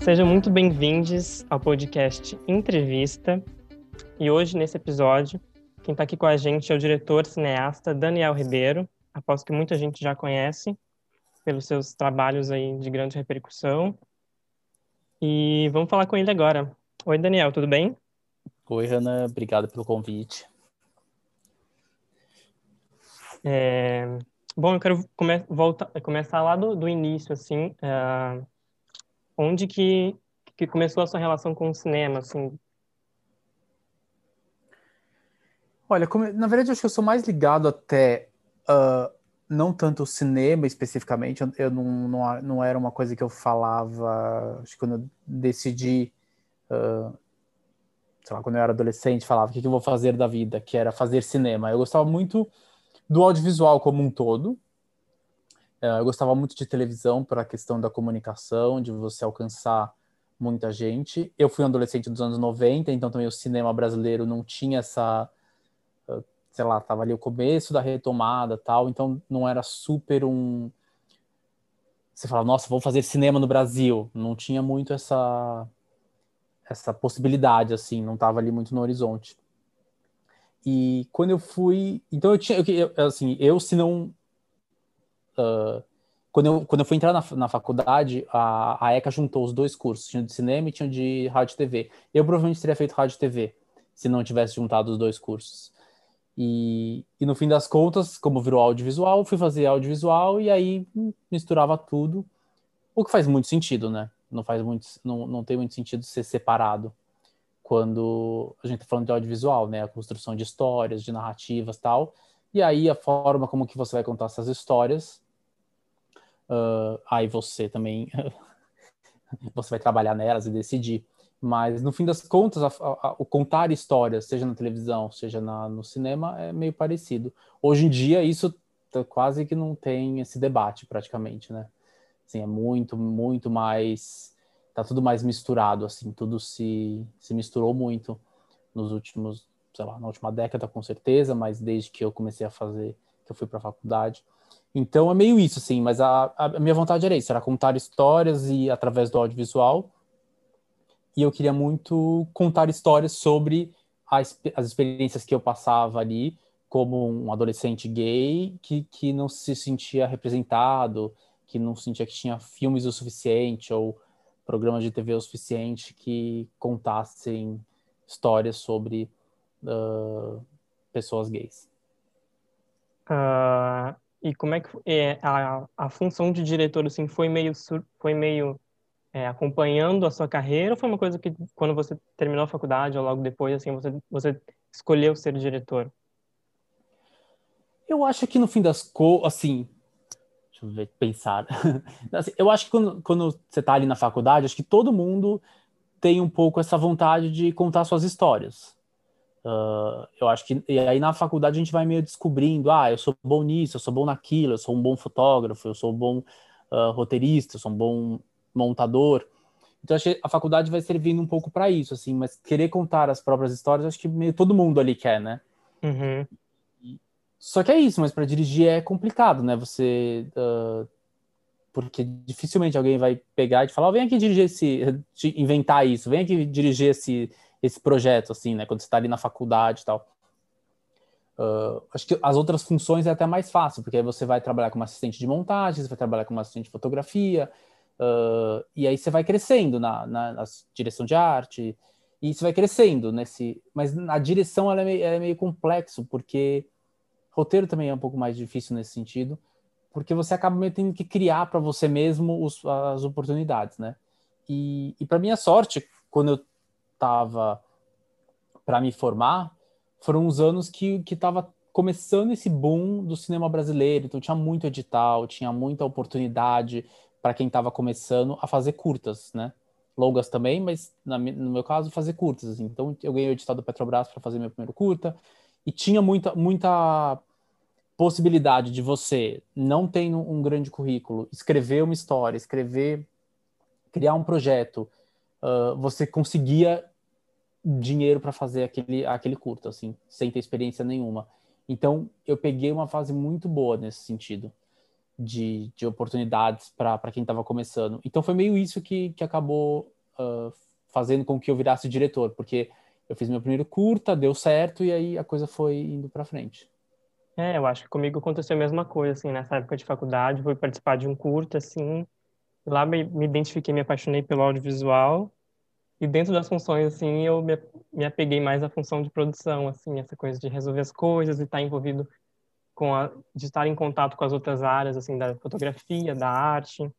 Sejam muito bem-vindos ao podcast Entrevista. E hoje, nesse episódio, quem está aqui com a gente é o diretor cineasta Daniel Ribeiro. Aposto que muita gente já conhece pelos seus trabalhos aí de grande repercussão. E vamos falar com ele agora. Oi, Daniel, tudo bem? Oi, Hannah, obrigado pelo convite. Bom, eu quero começar lá do início, assim. Onde que começou a sua relação com o cinema, assim? Olha, na verdade, eu acho que eu sou mais ligado até, não tanto o cinema especificamente, eu não era uma coisa que eu falava, acho que quando eu decidi, sei lá, quando eu era adolescente, falava o que eu vou fazer da vida, que era fazer cinema. Eu gostava muito do audiovisual como um todo, eu gostava muito de televisão para a questão da comunicação, de você alcançar muita gente. Eu fui um adolescente dos anos 90, então também o cinema brasileiro não tinha essa, sei lá, tava ali o começo da retomada tal, então não era super você fala, nossa, vou fazer cinema no Brasil. Não tinha muito essa possibilidade, assim, não tava ali muito no horizonte. E quando eu fui, então assim, se não, quando eu fui entrar na faculdade, a ECA juntou os dois cursos, tinha de cinema e tinha de rádio e TV. Eu provavelmente teria feito rádio e TV, se não tivesse juntado os dois cursos. E no fim das contas, como virou audiovisual, fui fazer audiovisual e aí misturava tudo, o que faz muito sentido, né? Não tem muito sentido ser separado quando a gente está falando de audiovisual, né? A construção de histórias, de narrativas e tal. E aí a forma como que você vai contar essas histórias, aí você também você vai trabalhar nelas e decidir. Mas, no fim das contas, o contar histórias, seja na televisão, seja no cinema, é meio parecido. Hoje em dia, isso quase que não tem esse debate, praticamente, né? Assim, é muito, muito mais... Tá tudo mais misturado, assim, tudo se misturou muito nos últimos, sei lá, na última década, com certeza, mas desde que eu comecei a fazer, que eu fui para a faculdade. Então, é meio isso, assim, mas a minha vontade era isso, era contar histórias e através do audiovisual, e eu queria muito contar histórias sobre as experiências que eu passava ali como um adolescente gay que não se sentia representado, que não sentia que tinha filmes o suficiente ou programas de TV o suficiente que contassem histórias sobre pessoas gays. E como é que a função de diretor, assim, foi meio acompanhando a sua carreira, ou foi uma coisa que, quando você terminou a faculdade ou logo depois, assim, você escolheu ser diretor? Eu acho que no fim das contas, assim, deixa eu ver, pensar. Assim, eu acho que quando você está ali na faculdade, acho que todo mundo tem um pouco essa vontade de contar suas histórias. Eu acho que e aí na faculdade a gente vai meio descobrindo, eu sou bom nisso, eu sou bom naquilo, eu sou um bom fotógrafo, eu sou um bom roteirista, eu sou um bom montador. Então acho que a faculdade vai servindo um pouco para isso, assim, mas querer contar as próprias histórias, acho que meio todo mundo ali quer, né? Uhum. Só que é isso, mas para dirigir é complicado, né? Porque dificilmente alguém vai pegar e te falar, vem aqui dirigir inventar isso, vem aqui dirigir esse projeto, assim, né? Quando você está ali na faculdade e tal. Acho que as outras funções é até mais fácil, porque aí você vai trabalhar como assistente de montagem, você vai trabalhar como assistente de fotografia, e aí você vai crescendo na direção de arte, e você vai crescendo mas a direção ela é meio complexo, porque roteiro também é um pouco mais difícil nesse sentido, porque você acaba meio tendo que criar para você mesmo as oportunidades, né? E para minha sorte, quando eu estava para me formar, foram uns anos que estava começando esse boom do cinema brasileiro, então tinha muito edital, tinha muita oportunidade para quem estava começando a fazer curtas, né? Longas também, mas no meu caso, fazer curtas. Assim. Então eu ganhei o edital do Petrobras para fazer meu primeiro curta, e tinha muita possibilidade de você, não tendo um grande currículo, escrever uma história, criar um projeto, você conseguia dinheiro para fazer aquele curto, assim, sem ter experiência nenhuma. Então, eu peguei uma fase muito boa nesse sentido, de oportunidades para quem estava começando. Então, foi meio isso que acabou fazendo com que eu virasse diretor, porque eu fiz meu primeiro curta, deu certo, e aí a coisa foi indo para frente. Eu acho que comigo aconteceu a mesma coisa, assim, nessa época de faculdade, fui participar de um curta, assim, lá me identifiquei, me apaixonei pelo audiovisual, e dentro das funções, assim, eu me apeguei mais à função de produção, assim, essa coisa de resolver as coisas e estar envolvido de estar em contato com as outras áreas, assim, da fotografia, da arte.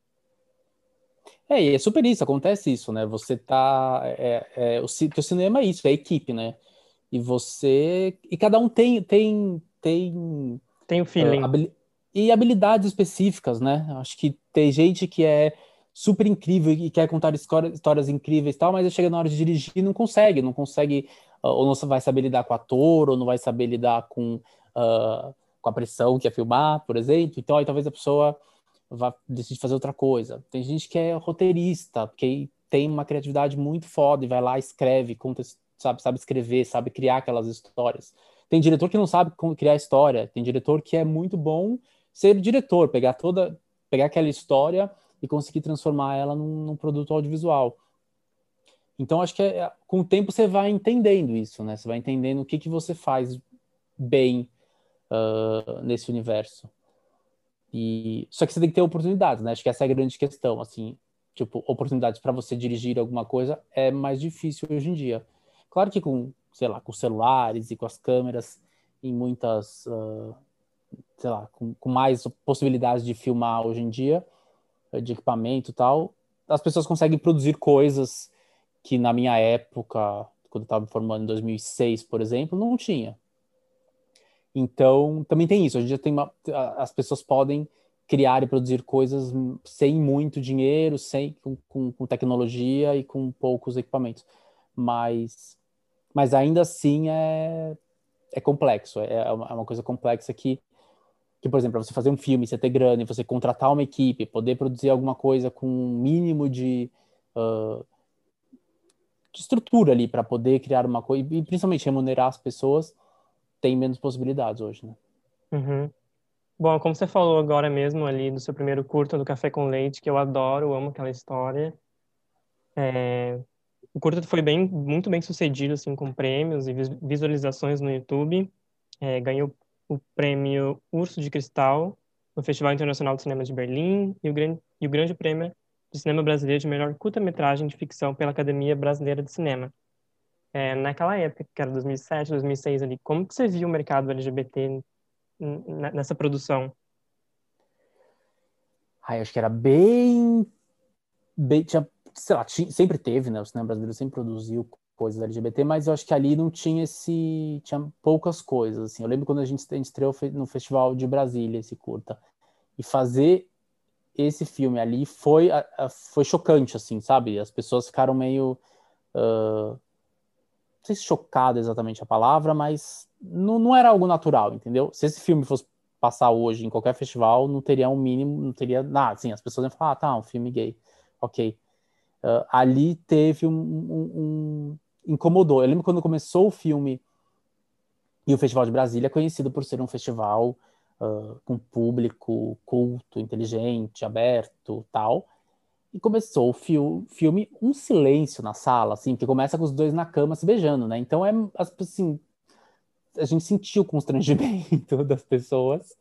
E é super isso, acontece isso, né? Você tá. Que o cinema é isso, é equipe, né? E cada um tem Tem o ah, feeling. e habilidades específicas, né? Acho que tem gente que é super incrível e quer contar histórias incríveis e tal, mas chega na hora de dirigir e não consegue, ou não vai saber lidar com o ator, ou não vai saber lidar com a pressão que é filmar, por exemplo. Então aí talvez a pessoa vá decidir fazer outra coisa. Tem gente que é roteirista, que tem uma criatividade muito foda e vai lá, escreve, conta, sabe escrever, sabe criar aquelas histórias. Tem diretor que não sabe criar história, tem diretor que é muito bom ser diretor, pegar aquela história e conseguir transformar ela num produto audiovisual. Então, acho que com o tempo você vai entendendo isso, né? Você vai entendendo o que você faz bem nesse universo. Só que você tem que ter oportunidades, né? Acho que essa é a grande questão, assim, tipo, oportunidades para você dirigir alguma coisa é mais difícil hoje em dia. Claro que com, sei lá, com celulares e com as câmeras em muitas, sei lá, com mais possibilidades de filmar hoje em dia, de equipamento e tal, as pessoas conseguem produzir coisas que na minha época, quando eu estava me formando em 2006, por exemplo, não tinha. Então, também tem isso. Hoje em dia as pessoas podem criar e produzir coisas sem muito dinheiro, com tecnologia e com poucos equipamentos. Mas, mas ainda assim é complexo. É uma coisa complexa que, por exemplo, para você fazer um filme, você ter grana e você contratar uma equipe, poder produzir alguma coisa com um mínimo de estrutura ali para poder criar uma coisa e principalmente remunerar as pessoas, tem menos possibilidades hoje, né? Uhum. Bom, como você falou agora mesmo ali do seu primeiro curta do Café com Leite, que eu adoro, amo aquela história. O curta foi muito bem sucedido, assim, com prêmios e visualizações no YouTube. Ganhou o prêmio Urso de Cristal no Festival Internacional de Cinema de Berlim e o Grande Prêmio de Cinema Brasileiro de Melhor Curta-Metragem de Ficção pela Academia Brasileira de Cinema. Naquela época, que era 2007, 2006 ali, como que você viu o mercado LGBT nessa produção? Aí acho que era bem sei lá, sempre teve, né? O cinema brasileiro sempre produziu coisas LGBT, mas eu acho que ali não tinha tinha poucas coisas, assim. Eu lembro quando a gente estreou no Festival de Brasília, esse curta, e fazer esse filme ali foi chocante, assim, sabe? As pessoas ficaram meio, não sei se chocado exatamente a palavra, mas não era algo natural, entendeu? Se esse filme fosse passar hoje em qualquer festival, não teria um mínimo, não teria nada, assim, as pessoas iam falar, tá, um filme gay, ok. Ali teve incomodou. Eu lembro quando começou o filme e o Festival de Brasília é conhecido por ser um festival com público culto, inteligente, aberto, tal. E começou o filme, um silêncio na sala, assim, que começa com os dois na cama se beijando, né? Então assim, a gente sentiu o constrangimento das pessoas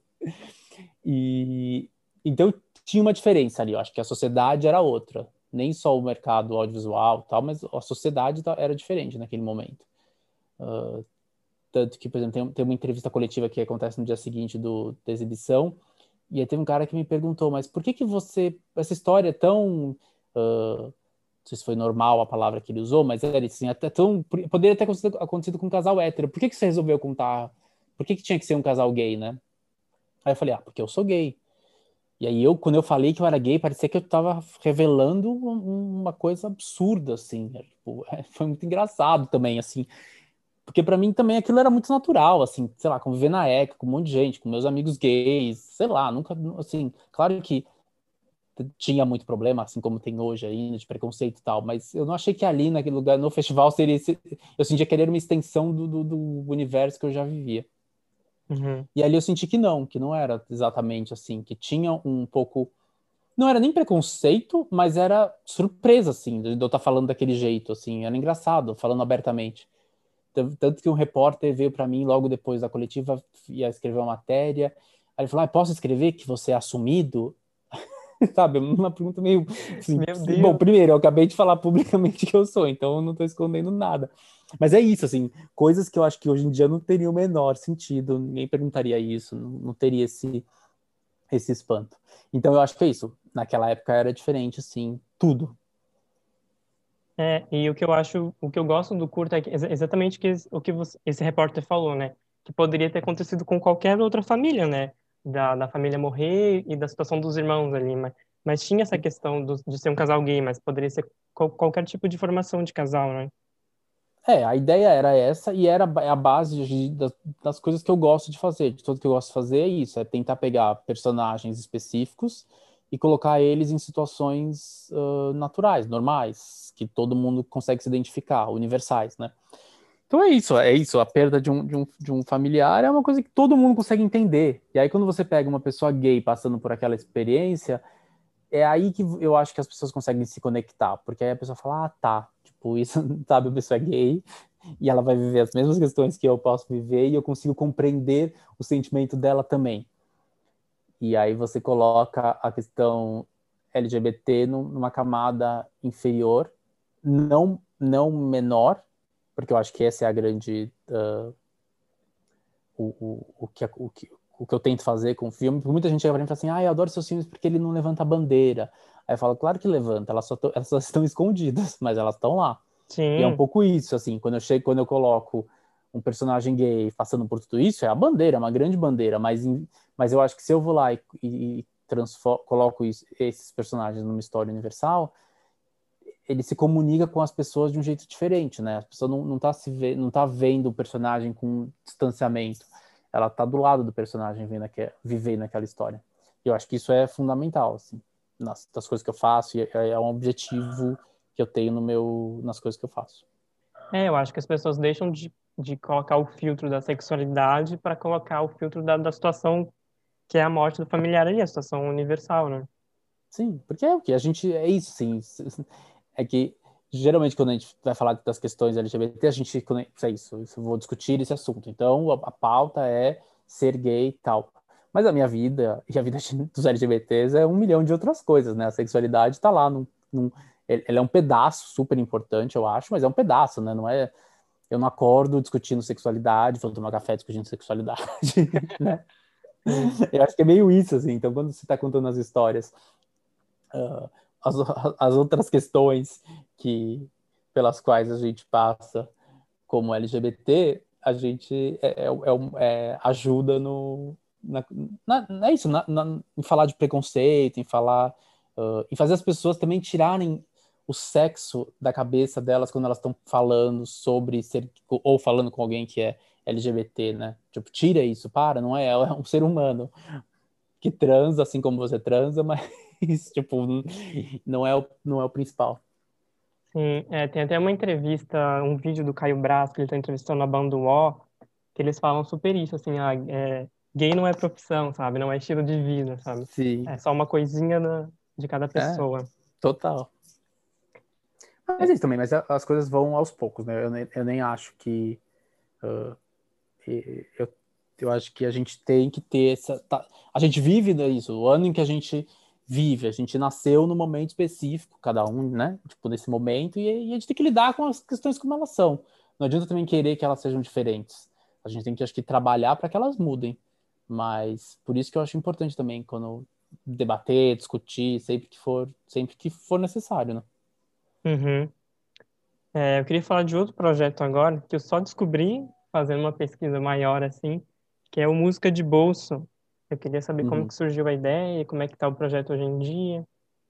e então tinha uma diferença ali. Eu acho que a sociedade era outra, nem só o mercado audiovisual, tal, mas a sociedade era diferente naquele momento. Tanto que, por exemplo, tem uma entrevista coletiva que acontece no dia seguinte da exibição, e aí teve um cara que me perguntou, mas por que essa história é tão, não sei se foi normal a palavra que ele usou, mas era assim, até tão, poderia ter acontecido com um casal hétero, por que você resolveu contar, por que tinha que ser um casal gay, né? Aí eu falei, porque eu sou gay. E aí quando eu falei que eu era gay, parecia que eu tava revelando uma coisa absurda, assim. Tipo, foi muito engraçado também, assim. Porque para mim também aquilo era muito natural, assim, sei lá, conviver na ECA com um monte de gente, com meus amigos gays, sei lá, nunca, assim, claro que tinha muito problema, assim como tem hoje ainda, de preconceito e tal, mas eu não achei que ali, naquele lugar, no festival, eu sentia que era uma extensão do universo que eu já vivia. Uhum. E ali eu senti que não era exatamente assim, que tinha um pouco Não era nem preconceito, mas era surpresa, assim, de eu estar falando daquele jeito, assim. Era engraçado, falando abertamente. Tanto que um repórter veio para mim logo depois da coletiva, ia escrever uma matéria. Aí ele falou, posso escrever que você é assumido? Sabe, uma pergunta meio assim, Meu bom, Deus. primeiro, eu acabei de falar publicamente que eu sou, então eu não estou escondendo nada. Mas é isso, assim, coisas que eu acho que hoje em dia não teriam o menor sentido, ninguém perguntaria isso, não teria esse espanto. Então eu acho que é isso, naquela época era diferente, assim, tudo. E o que eu gosto do curta é exatamente o que esse repórter falou, né? Que poderia ter acontecido com qualquer outra família, né? Da família morrer e da situação dos irmãos ali, mas tinha essa questão de ser um casal gay, mas poderia ser qualquer tipo de formação de casal, né? A ideia era essa e era a base das coisas que eu gosto de fazer. De tudo que eu gosto de fazer é isso, é tentar pegar personagens específicos e colocar eles em situações naturais, normais, que todo mundo consegue se identificar, universais, né? Então é isso, a perda de um familiar é uma coisa que todo mundo consegue entender. E aí quando você pega uma pessoa gay passando por aquela experiência, é aí que eu acho que as pessoas conseguem se conectar, porque aí a pessoa fala, tá, tipo, isso, sabe, a pessoa é gay, e ela vai viver as mesmas questões que eu posso viver, e eu consigo compreender o sentimento dela também. E aí você coloca a questão LGBT numa camada inferior, não menor, porque eu acho que essa é a grande o que eu tento fazer com o filme, porque muita gente chega pra mim e fala assim, eu adoro seus filmes porque ele não levanta a bandeira. Aí eu falo, claro que levanta, elas só estão escondidas, mas elas estão lá. E é um Sim, pouco isso, assim, quando eu coloco um personagem gay passando por tudo isso, é a bandeira, é uma grande bandeira, mas eu acho que se eu vou lá e coloco esses personagens numa história universal, ele se comunica com as pessoas de um jeito diferente, né? A pessoa não tá vendo o personagem com distanciamento. Ela tá do lado do personagem vivendo aquela história. E eu acho que isso é fundamental, assim, das coisas que eu faço, e é um objetivo que eu tenho nas coisas que eu faço. eu acho que as pessoas deixam de colocar o filtro da sexualidade para colocar o filtro da situação que é a morte do familiar ali, a situação universal, né? Sim, porque é o que a gente é isso, sim. É que geralmente quando a gente vai falar das questões LGBT, a gente é isso, eu vou discutir esse assunto. Então a pauta é ser gay e tal. Mas a minha vida e a vida dos LGBTs é um milhão de outras coisas, né? A sexualidade está lá, ele é um pedaço super importante, eu acho, mas é um pedaço, né? Não é, eu não acordo discutindo sexualidade, vou tomar café discutindo sexualidade, né? Sim. Eu acho que é meio isso, assim. Então, quando você está contando as histórias uh, as, as outras questões que pelas quais a gente passa como LGBT, a gente ajuda é isso, em falar de preconceito, em falar, em fazer as pessoas também tirarem o sexo da cabeça delas quando elas estão falando sobre ser, ou falando com alguém que é LGBT, né? Tipo, tira isso, não é um ser humano que transa assim como você transa, mas tipo, não é o principal. Sim, tem até uma entrevista, um vídeo do Caio Braz, que ele está entrevistando a banda O, que eles falam super isso, assim, gay não é profissão, sabe? Não é estilo de vida, sabe? Sim, É só uma coisinha de cada é, pessoa. total. Mas É, é isso também, mas as coisas vão aos poucos, né? Eu nem acho que. Eu, eu acho que a gente tem que ter essa. A gente vive isso, o ano em que a gente vive, a gente nasceu no momento específico, cada um, né? Tipo, nesse momento, e a gente tem que lidar com as questões como elas são. Não adianta também querer que elas sejam diferentes. A gente tem que, acho que, trabalhar para que elas mudem. Mas por isso que eu acho importante também, quando debater, discutir, sempre que for necessário, né? uhum. Eu queria falar de outro projeto agora, que eu só descobri fazendo uma pesquisa maior, assim, que é o Música de Bolso. Eu queria saber como Uhum. que surgiu a ideia, como é que tá o projeto hoje em dia.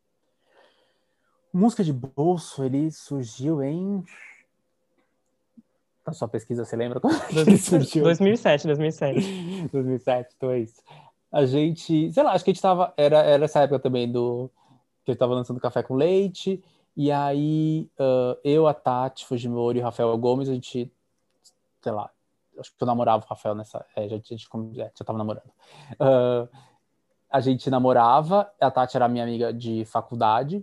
Música de bolso, ele surgiu na sua pesquisa, você lembra quando que ele surgiu? 2007, 2007. 2007, então é isso. A gente, sei lá, acho que a gente tava, era essa época também que eu tava lançando Café com Leite, e aí eu, a Tati Fujimori e o Rafael Gomes, a gente, sei lá, acho que eu namorava o Rafael já tava namorando. Ah, a gente namorava, a Tati era minha amiga de faculdade,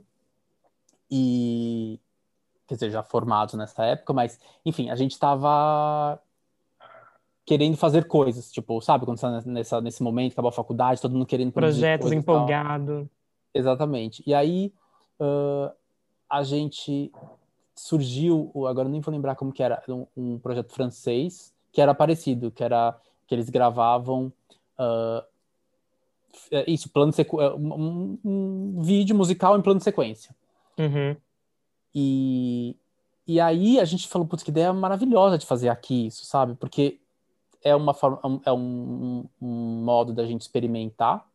e, quer dizer, já formados nessa época, mas, enfim, a gente tava querendo fazer coisas, tipo, sabe, quando você tá nesse momento, acabou a faculdade, todo mundo querendo produzir Projetos coisas e tal. empolgado. Exatamente. E aí, a gente surgiu, agora eu nem vou lembrar como que era, um projeto francês, que era parecido, que era que eles gravavam isso, um vídeo musical em plano de sequência. Uhum. E, e aí a gente falou, putz, que ideia maravilhosa de fazer aqui isso, sabe? Porque é uma forma, um modo da gente experimentar,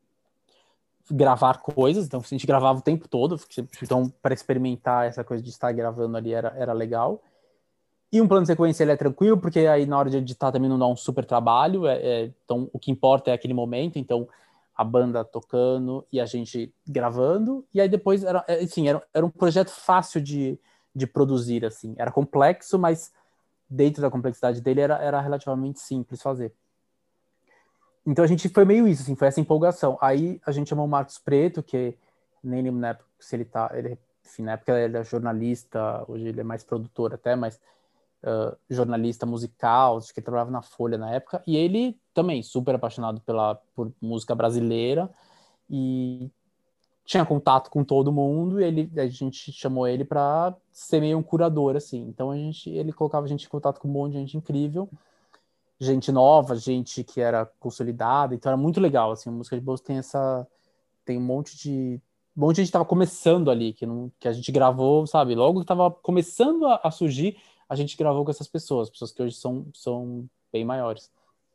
gravar coisas, então a gente gravava o tempo todo, então para experimentar essa coisa de estar gravando ali era legal. E um plano de sequência ele é tranquilo, porque aí na hora de editar também não dá um super trabalho, então o que importa é aquele momento, então a banda tocando e a gente gravando, e aí depois assim, era um projeto fácil de produzir, assim, era complexo, mas dentro da complexidade dele era relativamente simples fazer. Então a gente foi meio isso, assim, foi essa empolgação. Aí a gente chamou o Marcos Preto, que nem lembro na época se ele tá, enfim, na época ele é jornalista, hoje ele é mais produtor até, mas jornalista musical, acho que ele trabalhava na Folha na época, e ele também super apaixonado por música brasileira, e tinha contato com todo mundo, e a gente chamou ele para ser meio um curador, assim. Então ele colocava a gente em contato com um monte de gente incrível, gente nova, gente que era consolidada, então era muito legal, assim, a música de bolso tem um monte de gente estava começando ali, que a gente gravou, sabe, logo que estava começando a surgir, a gente gravou com essas pessoas que hoje são bem maiores.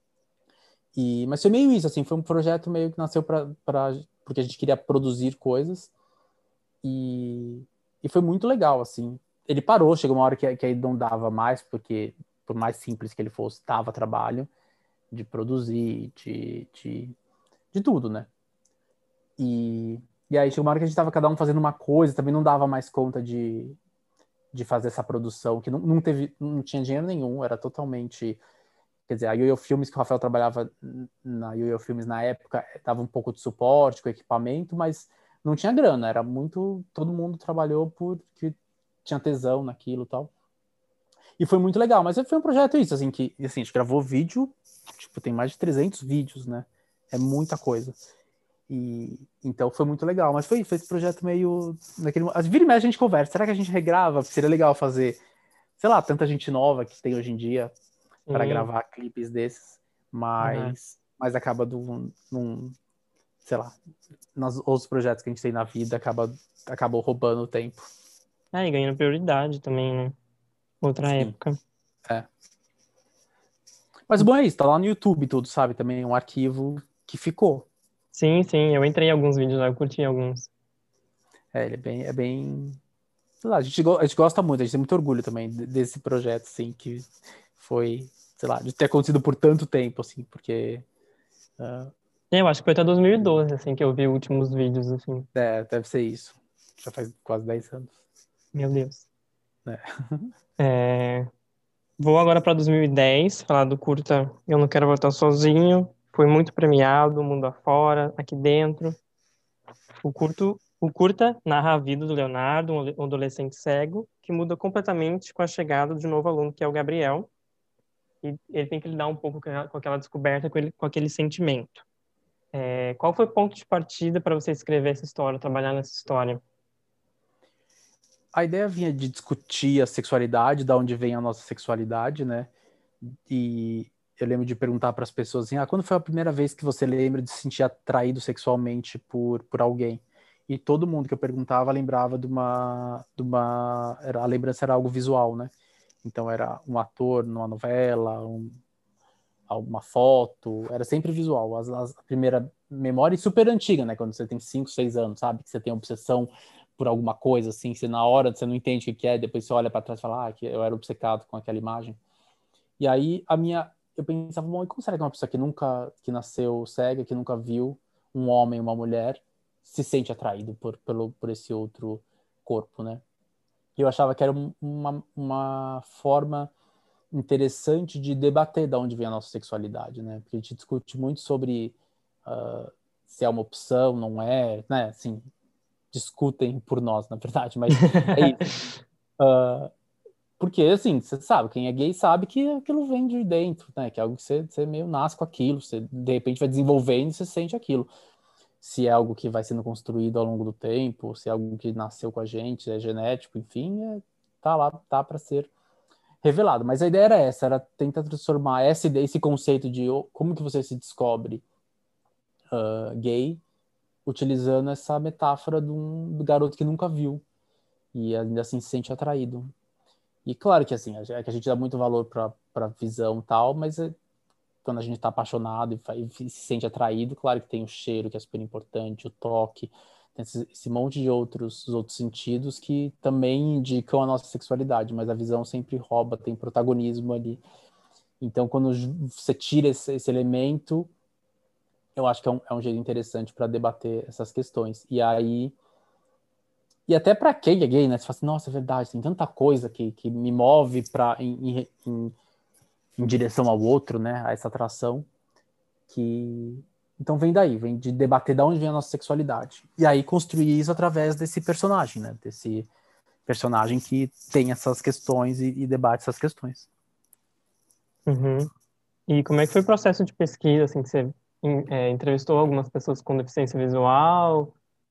Mas foi meio isso, assim, foi um projeto meio que nasceu porque a gente queria produzir coisas, e, e foi muito legal, assim. Ele parou, chegou uma hora que aí não dava mais, porque por mais simples que ele fosse, dava trabalho de produzir, de tudo, né? E, e aí chegou uma hora que a gente tava cada um fazendo uma coisa, também não dava mais conta de fazer essa produção, que não tinha dinheiro nenhum, era totalmente. Quer dizer, a Yo-Yo Filmes, que o Rafael trabalhava na Yo-Yo Filmes na época, dava um pouco de suporte com equipamento, mas não tinha grana, era muito. Todo mundo trabalhou porque tinha tesão naquilo e tal. E foi muito legal, mas foi um projeto isso, assim, que assim, a gente gravou vídeo, tipo, tem mais de 300 vídeos, né? É muita coisa. Então foi muito legal, mas foi esse projeto meio vira e mexe a gente conversa, será que a gente regrava? Seria legal fazer, sei lá, tanta gente nova que tem hoje em dia para Sim. gravar clipes desses, Aham. mas acaba sei lá, nos outros projetos que a gente tem na vida acabou roubando o tempo. E ganhando prioridade também, né? Outra Sim, época. é. Mas o bom é isso, tá lá no YouTube tudo, sabe? Também é um arquivo que ficou. Sim, sim, eu entrei em alguns vídeos lá, eu curti alguns. Ele é bem, sei lá, a gente gosta muito, a gente tem muito orgulho também desse projeto, assim, que foi, sei lá, de ter acontecido por tanto tempo, assim, porque Eu acho que foi até 2012, assim, que eu vi os últimos vídeos, assim. deve ser isso. Já faz quase 10 anos. Meu Deus. Né? É, vou agora para 2010, falar do curta Eu Não Quero Voltar Sozinho. Foi muito premiado, mundo afora, aqui dentro. O curta narra a vida do Leonardo, um adolescente cego, que muda completamente com a chegada de um novo aluno, que é o Gabriel. E ele tem que lidar um pouco com aquela descoberta, com aquele sentimento. Qual foi o ponto de partida para você escrever essa história, trabalhar nessa história? A ideia vinha de discutir a sexualidade, da onde vem a nossa sexualidade, né? E eu lembro de perguntar para as pessoas assim, quando foi a primeira vez que você lembra de se sentir atraído sexualmente por alguém? E todo mundo que eu perguntava lembrava a lembrança era algo visual, né? Então era um ator numa novela, uma foto, era sempre visual. A primeira memória e super antiga, né? Quando você tem 5, 6 anos, sabe? Que você tem obsessão por alguma coisa, assim, você na hora você não entende o que é, depois você olha para trás e fala, que eu era obcecado com aquela imagem. E aí eu pensava, bom, e como será que uma pessoa que nasceu cega, que nunca viu um homem, uma mulher, se sente atraído por esse outro corpo, né? E eu achava que era uma forma interessante de debater de onde vem a nossa sexualidade, né? Porque a gente discute muito sobre se é uma opção, não é, né? Assim, discutem por nós, na verdade, mas é isso. Porque, assim, você sabe, quem é gay sabe que aquilo vem de dentro, né? Que é algo que você meio nasce com aquilo, você de repente vai desenvolvendo e você sente aquilo. Se é algo que vai sendo construído ao longo do tempo, se é algo que nasceu com a gente, é genético, enfim, tá lá, tá para ser revelado. Mas a ideia era essa, era tentar transformar essa ideia, esse conceito de como que você se descobre gay, utilizando essa metáfora do garoto que nunca viu e ainda assim se sente atraído. E claro que assim, é que a gente dá muito valor para visão e tal, mas quando a gente está apaixonado e se sente atraído, claro que tem o cheiro, que é super importante, o toque, tem esse monte de outros sentidos que também indicam a nossa sexualidade, mas a visão sempre rouba, tem protagonismo ali. Então, quando você tira esse elemento, eu acho que é um jeito interessante para debater essas questões. E aí. E até para quem é gay, né? Você fala assim, nossa, é verdade, tem tanta coisa que me move em direção ao outro, né? A essa atração. Então vem daí, vem de debater de onde vem a nossa sexualidade. E aí construir isso através desse personagem, né? Desse personagem que tem essas questões e debate essas questões. Uhum. E como é que foi o processo de pesquisa, assim, que você entrevistou algumas pessoas com deficiência visual?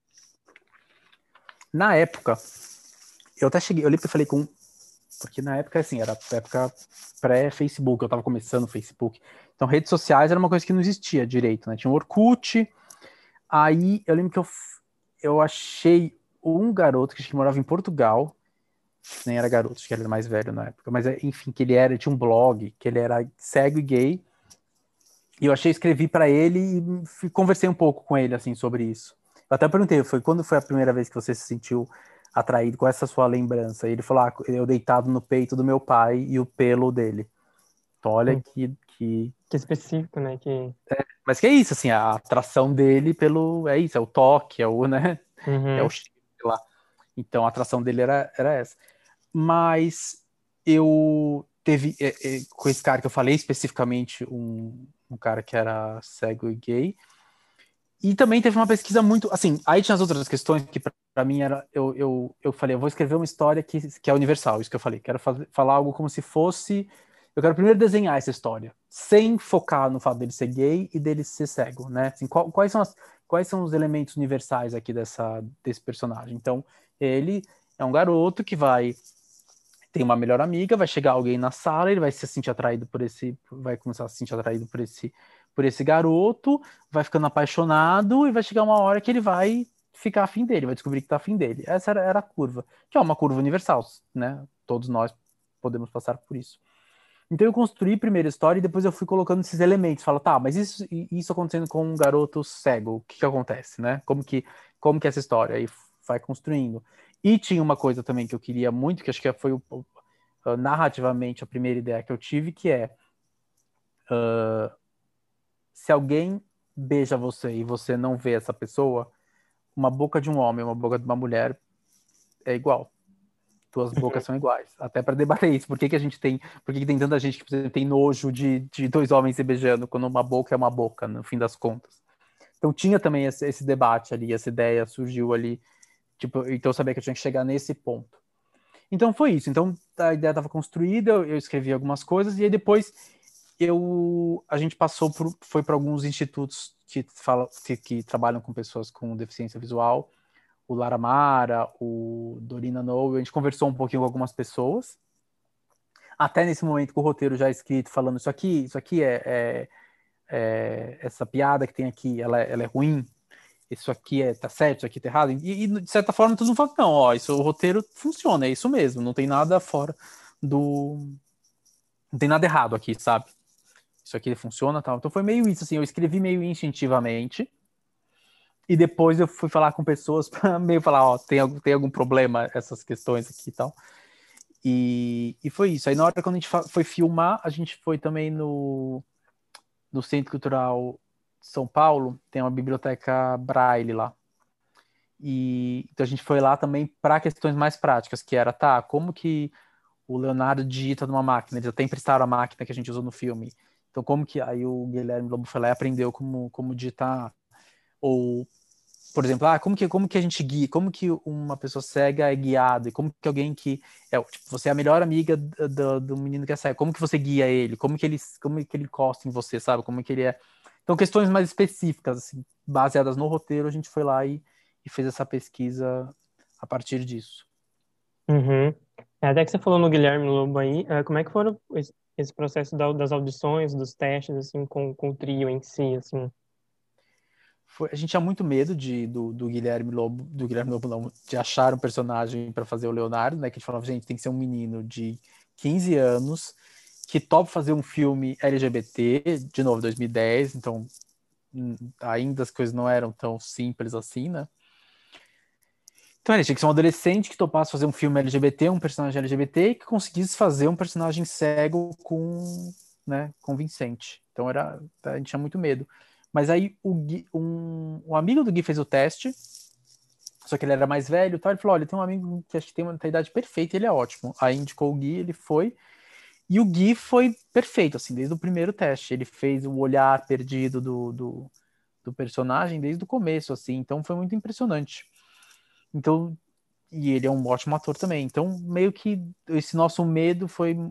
Na época, eu até cheguei, eu lembro que eu falei com, porque na época, assim, era época pré-Facebook, eu tava começando o Facebook. Então, redes sociais era uma coisa que não existia direito, né? Tinha o Orkut, aí eu lembro que eu achei um garoto que acho que morava em Portugal, nem era garoto, acho que ele era mais velho na época, mas enfim, que tinha um blog, que ele era cego e gay, e eu achei, escrevi para ele e conversei um pouco com ele, assim, sobre isso. Eu até perguntei, quando foi a primeira vez que você se sentiu atraído com essa sua lembrança? E ele falou, eu deitado no peito do meu pai e o pelo dele. Então, olha Hum, que... que específico, né? Mas que é isso, assim, a atração dele é isso, é o toque, né? É o Uhum. cheiro, sei lá. Então, a atração dele era essa. Mas eu teve com esse cara que eu falei especificamente um cara que era cego e gay, e também teve uma pesquisa muito assim, aí tinha as outras questões que para mim era eu falei, eu vou escrever uma história que é universal, isso que eu falei, quero falar algo como se fosse, eu quero primeiro desenhar essa história sem focar no fato dele ser gay e dele ser cego, né, assim, quais são os elementos universais aqui desse personagem. Então ele é um garoto que tem uma melhor amiga, vai chegar alguém na sala, ele vai se sentir atraído vai começar a se sentir atraído por esse garoto, vai ficando apaixonado e vai chegar uma hora que ele vai ficar afim dele, vai descobrir que tá afim dele. Essa era a curva, que é uma curva universal, né? Todos nós podemos passar por isso. Então eu construí a primeira história e depois eu fui colocando esses elementos. Fala, tá, mas isso acontecendo com um garoto cego, o que acontece, né? Como que é essa história? Aí vai construindo. E tinha uma coisa também que eu queria muito, que acho que foi narrativamente a primeira ideia que eu tive, que é se alguém beija você e você não vê essa pessoa, uma boca de um homem, uma boca de uma mulher é igual. Duas bocas são iguais. Até para debater isso. Por que tem tanta gente que, por exemplo, tem nojo de dois homens se beijando quando uma boca é uma boca, no fim das contas? Então tinha também esse debate ali, essa ideia surgiu ali, tipo, então eu sabia que eu tinha que chegar nesse ponto. Então foi isso. Então a ideia estava construída, eu escrevi algumas coisas e aí depois a gente foi para alguns institutos que trabalham com pessoas com deficiência visual, o Laramara, o Dorina Noel, a gente conversou um pouquinho com algumas pessoas, até nesse momento com o roteiro já escrito, falando isso aqui essa piada que tem aqui, ela é ruim, isso aqui tá certo, isso aqui tá errado, e de certa forma todo mundo fala, não, ó, o roteiro funciona, é isso mesmo, não tem nada fora do... não tem nada errado aqui, sabe? Isso aqui funciona, tal. Então foi meio isso, assim, eu escrevi meio instintivamente, e depois eu fui falar com pessoas para meio falar, ó, tem algum problema essas questões aqui e tal. E foi isso. Aí na hora quando a gente foi filmar, a gente foi também no Centro Cultural de São Paulo, tem uma biblioteca Braille lá. E então a gente foi lá também para questões mais práticas, que era, tá, como que o Leonardo digita numa máquina? Eles até emprestaram a máquina que a gente usou no filme. Então como que aí o Guilherme Lobo foi lá e aprendeu como digitar Ou, por exemplo, como que a gente guia, como que uma pessoa cega é guiada, e como que alguém que tipo, você é a melhor amiga do menino que é cego, como que você guia ele, como que ele encosta em você, sabe? Como que ele é. Então, questões mais específicas, assim, baseadas no roteiro, a gente foi lá e fez essa pesquisa a partir disso. Uhum. Até que você falou no Guilherme Lobo aí, como é que foram esse processo das audições, dos testes, assim, com o trio em si, assim? A gente tinha muito medo do Guilherme Lobo não, de achar um personagem para fazer o Leonardo, né? Que a gente falava, gente, tem que ser um menino de 15 anos que topa fazer um filme LGBT, de novo, 2010, então ainda as coisas não eram tão simples assim, né? Então ele tinha que ser um adolescente que topasse fazer um filme LGBT, um personagem LGBT, e que conseguisse fazer um personagem cego né, convincente. Então a gente tinha muito medo. Mas aí um amigo do Gui fez o teste, só que ele era mais velho, tá? Ele falou, olha, tem um amigo que acho que tem uma idade perfeita, ele é ótimo. Aí indicou o Gui, ele foi, e o Gui foi perfeito, assim, desde o primeiro teste. Ele fez o olhar perdido do personagem desde o começo, assim, então foi muito impressionante. Então, e ele é um ótimo ator também. Então, meio que esse nosso medo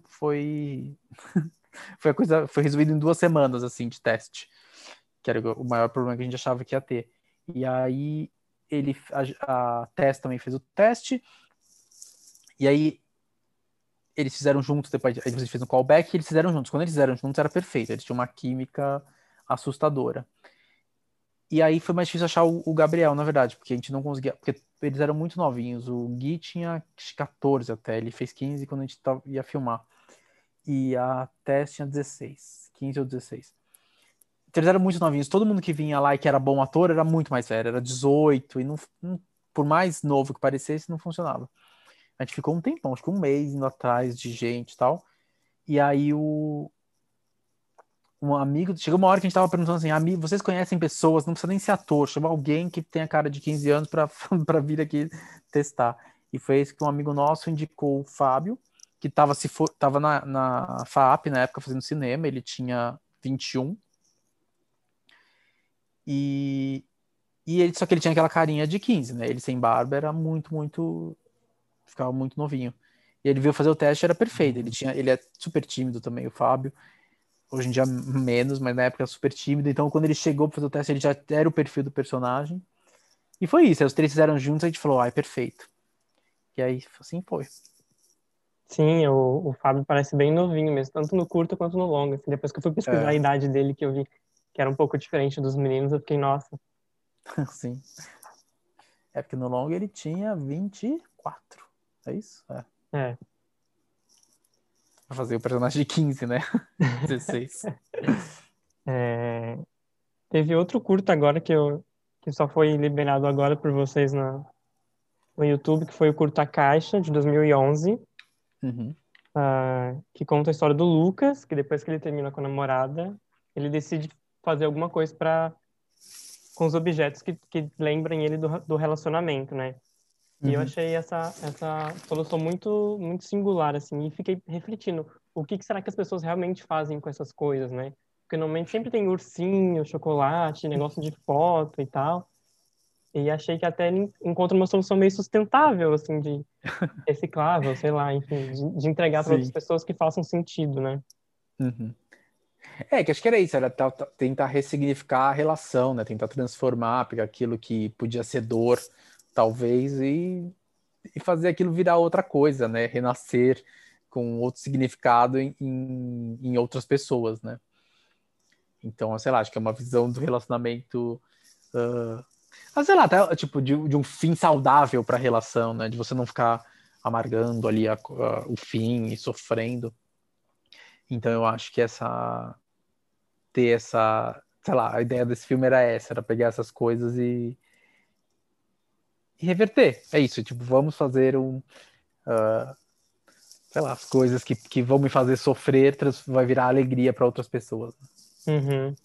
foi resolvido em 2 semanas, assim, de teste, que era o maior problema que a gente achava que ia ter. E aí a Tess também fez o teste, e aí eles fizeram juntos, depois a gente fez um callback, e eles fizeram juntos. Quando eles fizeram juntos era perfeito, eles tinham uma química assustadora. E aí foi mais difícil achar o Gabriel, na verdade, porque a gente não conseguia, porque eles eram muito novinhos. O Gui tinha 14 até, ele fez 15 quando a gente ia filmar. E a Tess tinha 16, 15 ou 16. Então eles eram muito novinhos. Todo mundo que vinha lá e que era bom ator era muito mais velho, era 18, e por mais novo que parecesse, não funcionava. A gente ficou um tempão, acho que um mês indo atrás de gente e tal. E aí um amigo, chegou uma hora que a gente tava perguntando assim, amigo, vocês conhecem pessoas, não precisa nem ser ator, chama alguém que tenha cara de 15 anos para para vir aqui testar. E foi isso que um amigo nosso indicou o Fábio, que tava na FAAP na época fazendo cinema, ele tinha 21. Só que ele tinha aquela carinha de 15, né? Ele sem barba era muito, ficava muito novinho. E ele veio fazer o teste, era perfeito. Ele é super tímido também, o Fábio. Hoje em dia menos, mas na época era super tímido. Então, quando ele chegou para fazer o teste, ele já era o perfil do personagem. E foi isso. Aí os três fizeram juntos, a gente falou, ai, perfeito. E aí, assim foi. Sim, o Fábio parece bem novinho mesmo, tanto no curto quanto no longo, assim. Depois que eu fui pesquisar a É, idade dele, que eu vi que era um pouco diferente dos meninos, eu fiquei, nossa. sim. É porque no longo ele tinha 24. É isso? É. É. Pra fazer o personagem de 15, né? 16. É, teve outro curto agora que só foi liberado agora por vocês no YouTube, que foi o curta Caixa, de 2011, Uhum. que conta a história do Lucas, que depois que ele termina com a namorada, ele decide fazer alguma coisa com os objetos que lembrem ele do relacionamento, né? E eu Uhum. achei essa solução muito, muito singular, assim, e fiquei refletindo, o que será que as pessoas realmente fazem com essas coisas, né? Porque normalmente sempre tem ursinho, chocolate, negócio de foto e tal, e achei que até ele encontra uma solução meio sustentável, assim, de reciclável, sei lá, enfim, de entregar para outras Sim. pessoas que façam sentido, né? Uhum. Que acho que era isso, era tentar ressignificar a relação, né? Tentar transformar, pegar aquilo que podia ser dor, talvez, e fazer aquilo virar outra coisa, né? Renascer com outro significado em outras pessoas, né? Então, sei lá, acho que é uma visão do relacionamento, sei lá, até, tipo, de um fim saudável para a relação, né? De você não ficar amargando ali o fim e sofrendo. Então, eu acho que sei lá, a ideia desse filme era essa, era pegar essas coisas e reverter. É isso, tipo, vamos fazer sei lá, as coisas que vão me fazer sofrer vai virar alegria para outras pessoas. Uhum.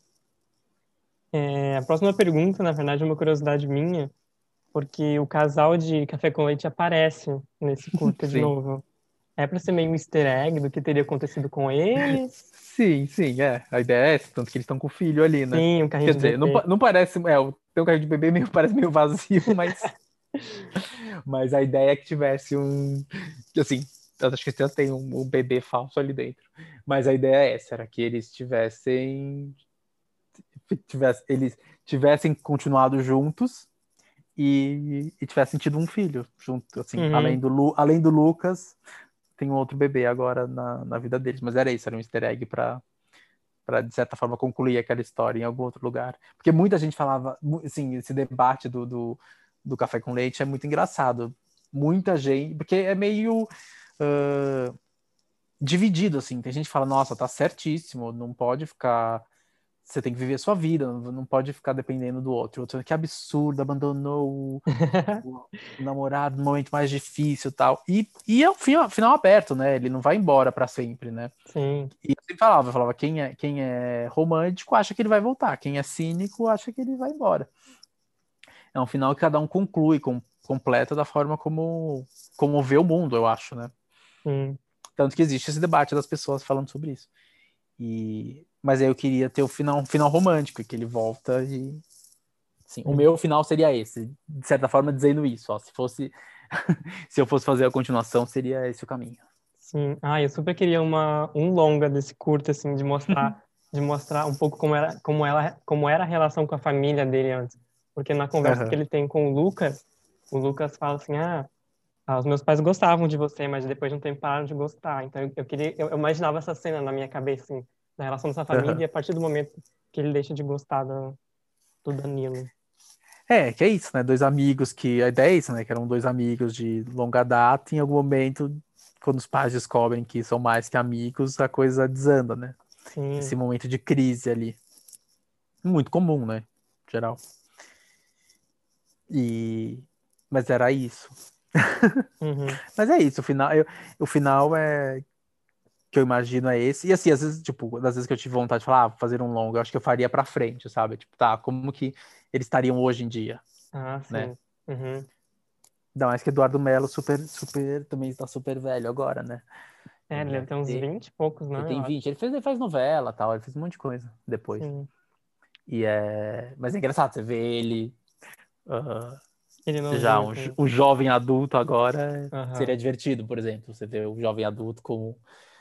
A próxima pergunta, na verdade, é uma curiosidade minha, porque o casal de café com leite aparece nesse curta de Sim. novo. É pra ser meio um easter egg do que teria acontecido com eles? Sim, sim, é. A ideia é essa, tanto que eles estão com o filho ali, né? Sim, um carrinho Quer de dizer, não, bebê. não parece. tem um carrinho de bebê, parece meio vazio, mas a ideia é que tivesse assim, eu acho que já tem um bebê falso ali dentro. Mas a ideia é essa, era que eles tivessem continuado juntos e tivessem tido um filho junto, assim, além do Lucas, tem um outro bebê agora na vida deles. Mas era isso, era um easter egg para de certa forma concluir aquela história em algum outro lugar. Porque muita gente falava, assim, esse debate do café com leite é muito engraçado. Muita gente, porque é meio dividido, assim. Tem gente que fala, nossa, tá certíssimo, não pode ficar... Você tem que viver a sua vida, não pode ficar dependendo do outro. Outro, que absurdo, abandonou o namorado no momento mais difícil e tal. E é um final aberto, né? Ele não vai embora para sempre, né? Sim. E eu sempre falava, quem é romântico acha que ele vai voltar, quem é cínico acha que ele vai embora. É um final que cada um conclui, completa da forma como vê o mundo, eu acho, né? Tanto que existe esse debate das pessoas falando sobre isso. Mas aí eu queria ter um final romântico, que ele volta e... Sim, o meu final seria esse, de certa forma dizendo isso, ó, se eu fosse fazer a continuação, seria esse o caminho. Sim, eu super queria um longa desse curto, assim, de mostrar um pouco como era a relação com a família dele antes. Porque na conversa que ele tem com o Lucas fala assim, os meus pais gostavam de você, mas depois de um tempo pararam de gostar. Então eu imaginava essa cena na minha cabeça, assim, da relação dessa família, e a partir do momento que ele deixa de gostar do Danilo. Que é isso, né? Dois amigos a ideia é isso, né? Que eram dois amigos de longa data, e em algum momento, quando os pais descobrem que são mais que amigos, a coisa desanda, né? Sim. Esse momento de crise ali. Muito comum, né? Em geral. Mas era isso. Mas é isso, o final é que eu imagino é esse. E assim, às vezes, das vezes que eu tive vontade de falar, vou fazer um longo, eu acho que eu faria pra frente, sabe? Tipo, como que eles estariam hoje em dia? Sim. Né? Ainda mais que Eduardo Mello também está super velho agora, né? Ele deve ter uns 20 e poucos, né? Ele tem 20. Ele faz novela, tal, ele fez um monte de coisa depois. Sim. Mas é engraçado, você vê ele Ele já um jovem adulto agora, seria divertido, por exemplo, você vê o jovem adulto com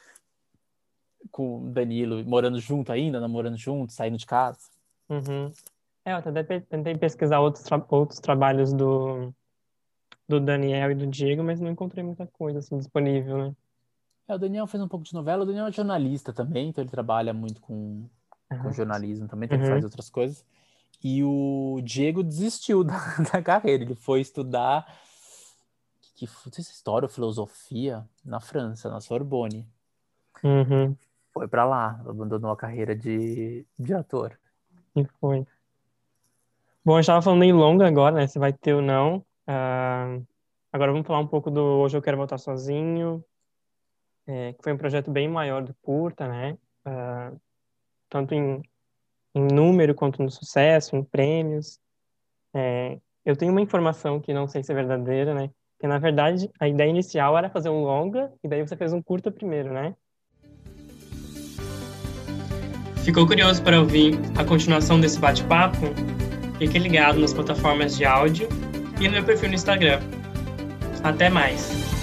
o Danilo morando junto ainda, namorando junto, saindo de casa. Eu até tentei pesquisar outros trabalhos do Daniel e do Diego, mas não encontrei muita coisa assim disponível, né? O Daniel fez um pouco de novela, o Daniel é jornalista também, então ele trabalha muito com jornalismo também, então ele faz outras coisas. E o Diego desistiu da carreira, ele foi estudar que foi essa história ou filosofia na França, na Sorbonne. Foi pra lá, abandonou a carreira de ator. E foi. Bom, a gente estava falando em longa agora, né? Se vai ter ou não. Agora vamos falar um pouco do Hoje Eu Quero Voltar Sozinho, que foi um projeto bem maior do curta, né? Tanto em número quanto no sucesso, em prêmios. Eu tenho uma informação que não sei se é verdadeira, né? Que na verdade a ideia inicial era fazer um longa e daí você fez um curta primeiro, né? Ficou curioso para ouvir a continuação desse bate-papo? Fique ligado nas plataformas de áudio e no meu perfil no Instagram. Até mais!